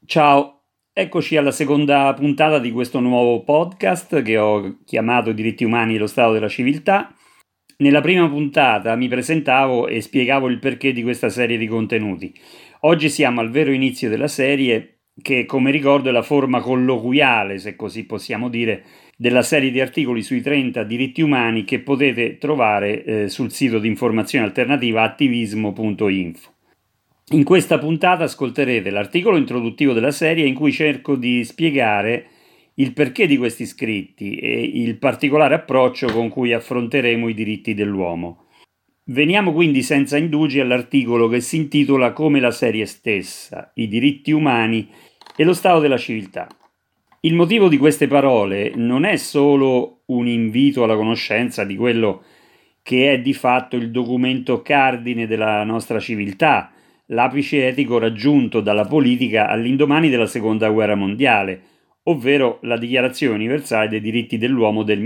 Ciao, eccoci alla seconda puntata di questo nuovo podcast che ho chiamato Diritti umani e lo Stato della civiltà. Nella prima puntata mi presentavo e spiegavo il perché di questa serie di contenuti. Oggi siamo al vero inizio della serie che, come ricordo, è la forma colloquiale, se così possiamo dire, della serie di articoli sui 30 diritti umani che potete trovare sul sito di informazione alternativa attivismo.info. In questa puntata ascolterete l'articolo introduttivo della serie in cui cerco di spiegare il perché di questi scritti e il particolare approccio con cui affronteremo i diritti dell'uomo. Veniamo quindi senza indugi all'articolo che si intitola come la serie stessa, i diritti umani e lo stato della civiltà. Il motivo di queste parole non è solo un invito alla conoscenza di quello che è di fatto il documento cardine della nostra civiltà, l'apice etico raggiunto dalla politica all'indomani della Seconda Guerra Mondiale, ovvero la Dichiarazione universale dei diritti dell'uomo del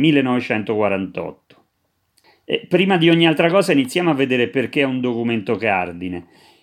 1948. Prima di ogni altra cosa iniziamo a vedere perché è un documento cardine.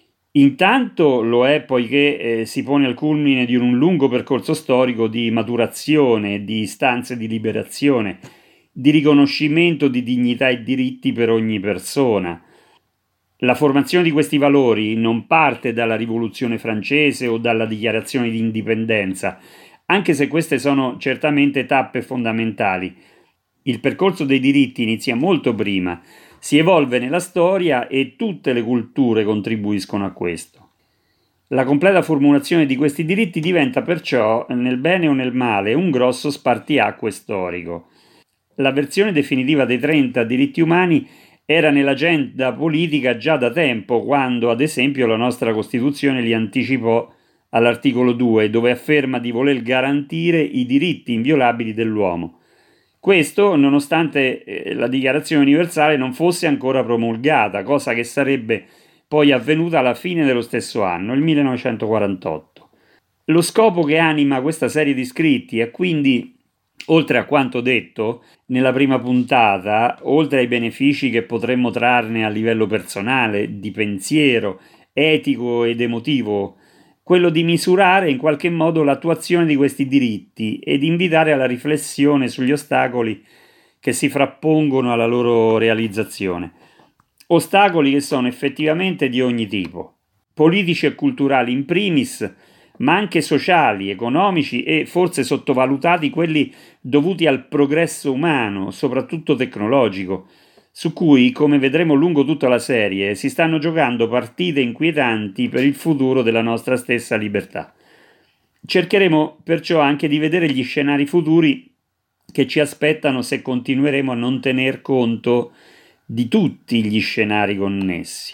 Intanto lo è poiché si pone al culmine di un lungo percorso storico di maturazione, di istanze di liberazione, di riconoscimento di dignità e diritti per ogni persona. La formazione di questi valori non parte dalla Rivoluzione francese o dalla dichiarazione di indipendenza, anche se queste sono certamente tappe fondamentali. Il percorso dei diritti inizia molto prima, si evolve nella storia e tutte le culture contribuiscono a questo. La completa formulazione di questi diritti diventa perciò, nel bene o nel male, un grosso spartiacque storico. La versione definitiva dei 30 diritti umani era nell'agenda politica già da tempo, quando ad esempio la nostra Costituzione li anticipò all'articolo 2, dove afferma di voler garantire i diritti inviolabili dell'uomo. Questo nonostante la Dichiarazione universale non fosse ancora promulgata, cosa che sarebbe poi avvenuta alla fine dello stesso anno, il 1948. Lo scopo che anima questa serie di scritti è quindi, oltre a quanto detto nella prima puntata, oltre ai benefici che potremmo trarne a livello personale, di pensiero, etico ed emotivo, quello di misurare in qualche modo l'attuazione di questi diritti ed invitare alla riflessione sugli ostacoli che si frappongono alla loro realizzazione. Ostacoli che sono effettivamente di ogni tipo, politici e culturali in primis, ma anche sociali, economici e forse sottovalutati quelli dovuti al progresso umano, soprattutto tecnologico, su cui, come vedremo lungo tutta la serie, si stanno giocando partite inquietanti per il futuro della nostra stessa libertà. Cercheremo perciò anche di vedere gli scenari futuri che ci aspettano se continueremo a non tener conto di tutti gli scenari connessi.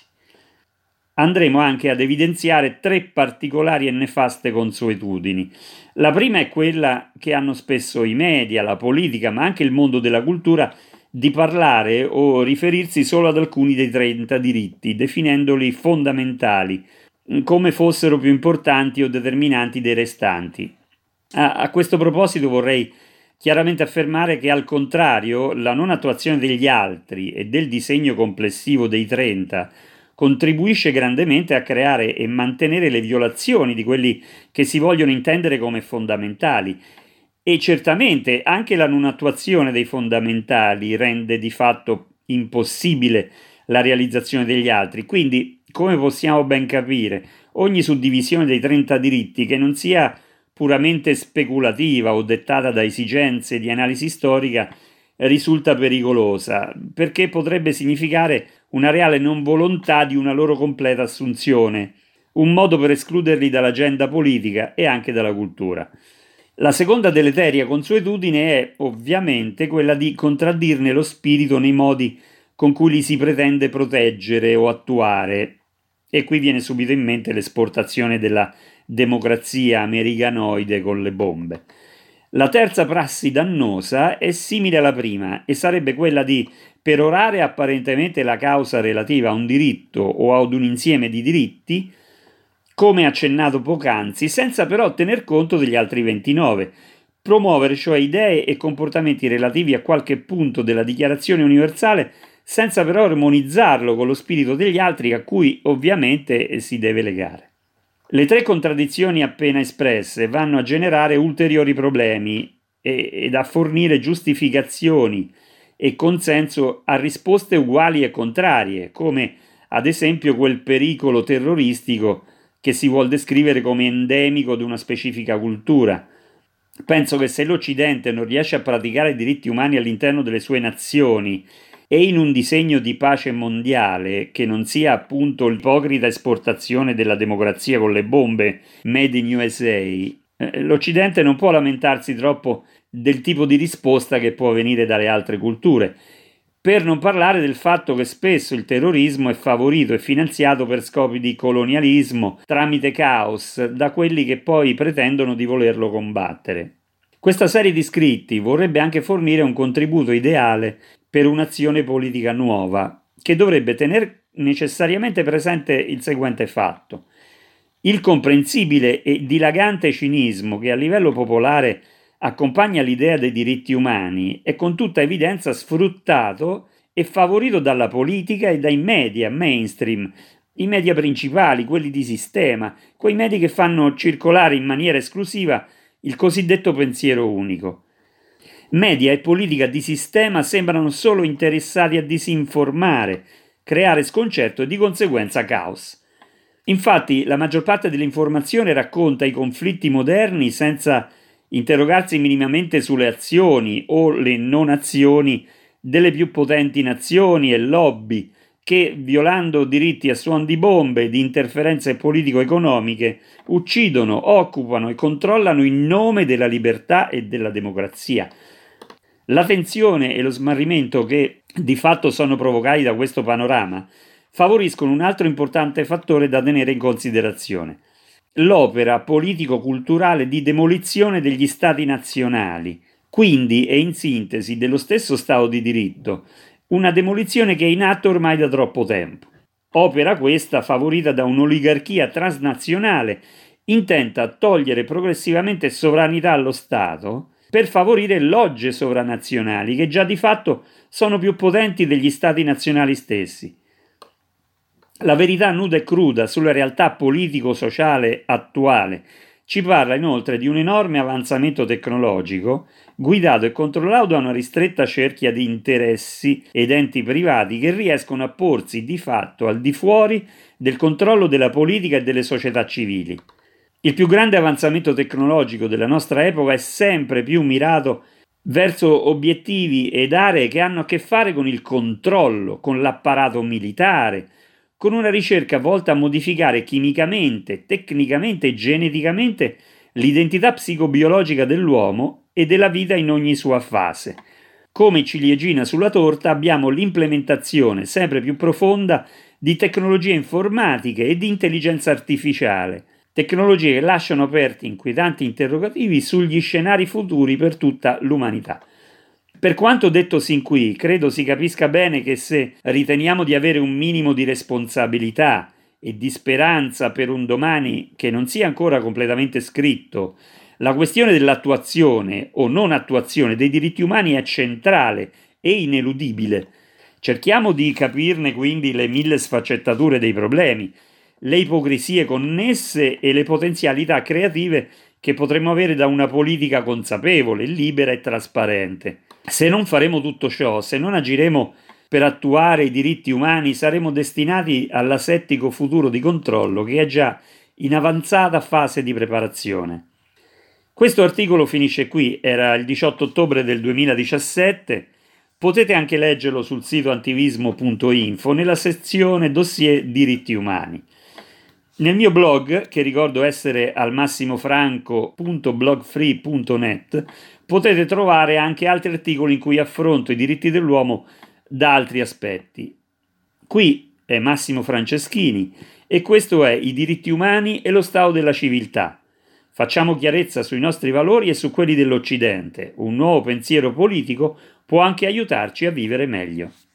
Andremo anche ad evidenziare tre particolari e nefaste consuetudini. La prima è quella che hanno spesso i media, la politica, ma anche il mondo della cultura, di parlare o riferirsi solo ad alcuni dei 30 diritti, definendoli fondamentali, come fossero più importanti o determinanti dei restanti. A questo proposito vorrei chiaramente affermare che al contrario la non attuazione degli altri e del disegno complessivo dei 30 contribuisce grandemente a creare e mantenere le violazioni di quelli che si vogliono intendere come fondamentali. E certamente anche la non attuazione dei fondamentali rende di fatto impossibile la realizzazione degli altri. Quindi, come possiamo ben capire, ogni suddivisione dei 30 diritti che non sia puramente speculativa o dettata da esigenze di analisi storica risulta pericolosa, perché potrebbe significare una reale non volontà di una loro completa assunzione, un modo per escluderli dall'agenda politica e anche dalla cultura. La seconda deleteria consuetudine è ovviamente quella di contraddirne lo spirito nei modi con cui li si pretende proteggere o attuare. E qui viene subito in mente l'esportazione della democrazia americanoide con le bombe. La terza prassi dannosa è simile alla prima e sarebbe quella di perorare apparentemente la causa relativa a un diritto o ad un insieme di diritti, come accennato poc'anzi, senza però tener conto degli altri 29, promuovere cioè idee e comportamenti relativi a qualche punto della Dichiarazione universale senza però armonizzarlo con lo spirito degli altri a cui ovviamente si deve legare. Le tre contraddizioni appena espresse vanno a generare ulteriori problemi ed a fornire giustificazioni e consenso a risposte uguali e contrarie, come ad esempio quel pericolo terroristico che si vuol descrivere come endemico di una specifica cultura. Penso che se l'Occidente non riesce a praticare i diritti umani all'interno delle sue nazioni e in un disegno di pace mondiale che non sia appunto l'ipocrita esportazione della democrazia con le bombe made in USA, l'Occidente non può lamentarsi troppo del tipo di risposta che può venire dalle altre culture, per non parlare del fatto che spesso il terrorismo è favorito e finanziato per scopi di colonialismo tramite caos da quelli che poi pretendono di volerlo combattere. Questa serie di scritti vorrebbe anche fornire un contributo ideale per un'azione politica nuova, che dovrebbe tenere necessariamente presente il seguente fatto. Il comprensibile e dilagante cinismo che a livello popolare accompagna l'idea dei diritti umani è con tutta evidenza sfruttato e favorito dalla politica e dai media mainstream, i media principali, quelli di sistema, quei media che fanno circolare in maniera esclusiva il cosiddetto pensiero unico. Media e politica di sistema sembrano solo interessati a disinformare, creare sconcerto e di conseguenza caos. Infatti, la maggior parte dell'informazione racconta i conflitti moderni senza interrogarsi minimamente sulle azioni o le non azioni delle più potenti nazioni e lobby che, violando diritti a suon di bombe e di interferenze politico-economiche, uccidono, occupano e controllano in nome della libertà e della democrazia. La tensione e lo smarrimento che di fatto sono provocati da questo panorama favoriscono un altro importante fattore da tenere in considerazione: l'opera politico-culturale di demolizione degli stati nazionali, quindi e in sintesi dello stesso Stato di diritto, una demolizione che è in atto ormai da troppo tempo. Opera questa favorita da un'oligarchia transnazionale intenta a togliere progressivamente sovranità allo Stato per favorire logge sovranazionali che già di fatto sono più potenti degli stati nazionali stessi. La verità nuda e cruda sulla realtà politico-sociale attuale ci parla inoltre di un enorme avanzamento tecnologico guidato e controllato da una ristretta cerchia di interessi ed enti privati che riescono a porsi di fatto al di fuori del controllo della politica e delle società civili. Il più grande avanzamento tecnologico della nostra epoca è sempre più mirato verso obiettivi ed aree che hanno a che fare con il controllo, con l'apparato militare, con una ricerca volta a modificare chimicamente, tecnicamente e geneticamente l'identità psicobiologica dell'uomo e della vita in ogni sua fase. Come ciliegina sulla torta abbiamo l'implementazione sempre più profonda di tecnologie informatiche e di intelligenza artificiale, tecnologie che lasciano aperti inquietanti interrogativi sugli scenari futuri per tutta l'umanità. Per quanto detto sin qui, credo si capisca bene che se riteniamo di avere un minimo di responsabilità e di speranza per un domani che non sia ancora completamente scritto, la questione dell'attuazione o non attuazione dei diritti umani è centrale e ineludibile. Cerchiamo di capirne quindi le mille sfaccettature dei problemi, le ipocrisie connesse e le potenzialità creative che potremmo avere da una politica consapevole, libera e trasparente. Se non faremo tutto ciò, se non agiremo per attuare i diritti umani, saremo destinati all'asettico futuro di controllo che è già in avanzata fase di preparazione. Questo articolo finisce qui, era il 18 ottobre del 2017, potete anche leggerlo sul sito antivismo.info nella sezione dossier diritti umani. Nel mio blog, che ricordo essere almassimofranco.blogfree.net, potete trovare anche altri articoli in cui affronto i diritti dell'uomo da altri aspetti. Qui è Massimo Franceschini e questo è I diritti umani e lo stato della civiltà. Facciamo chiarezza sui nostri valori e su quelli dell'Occidente. Un nuovo pensiero politico può anche aiutarci a vivere meglio.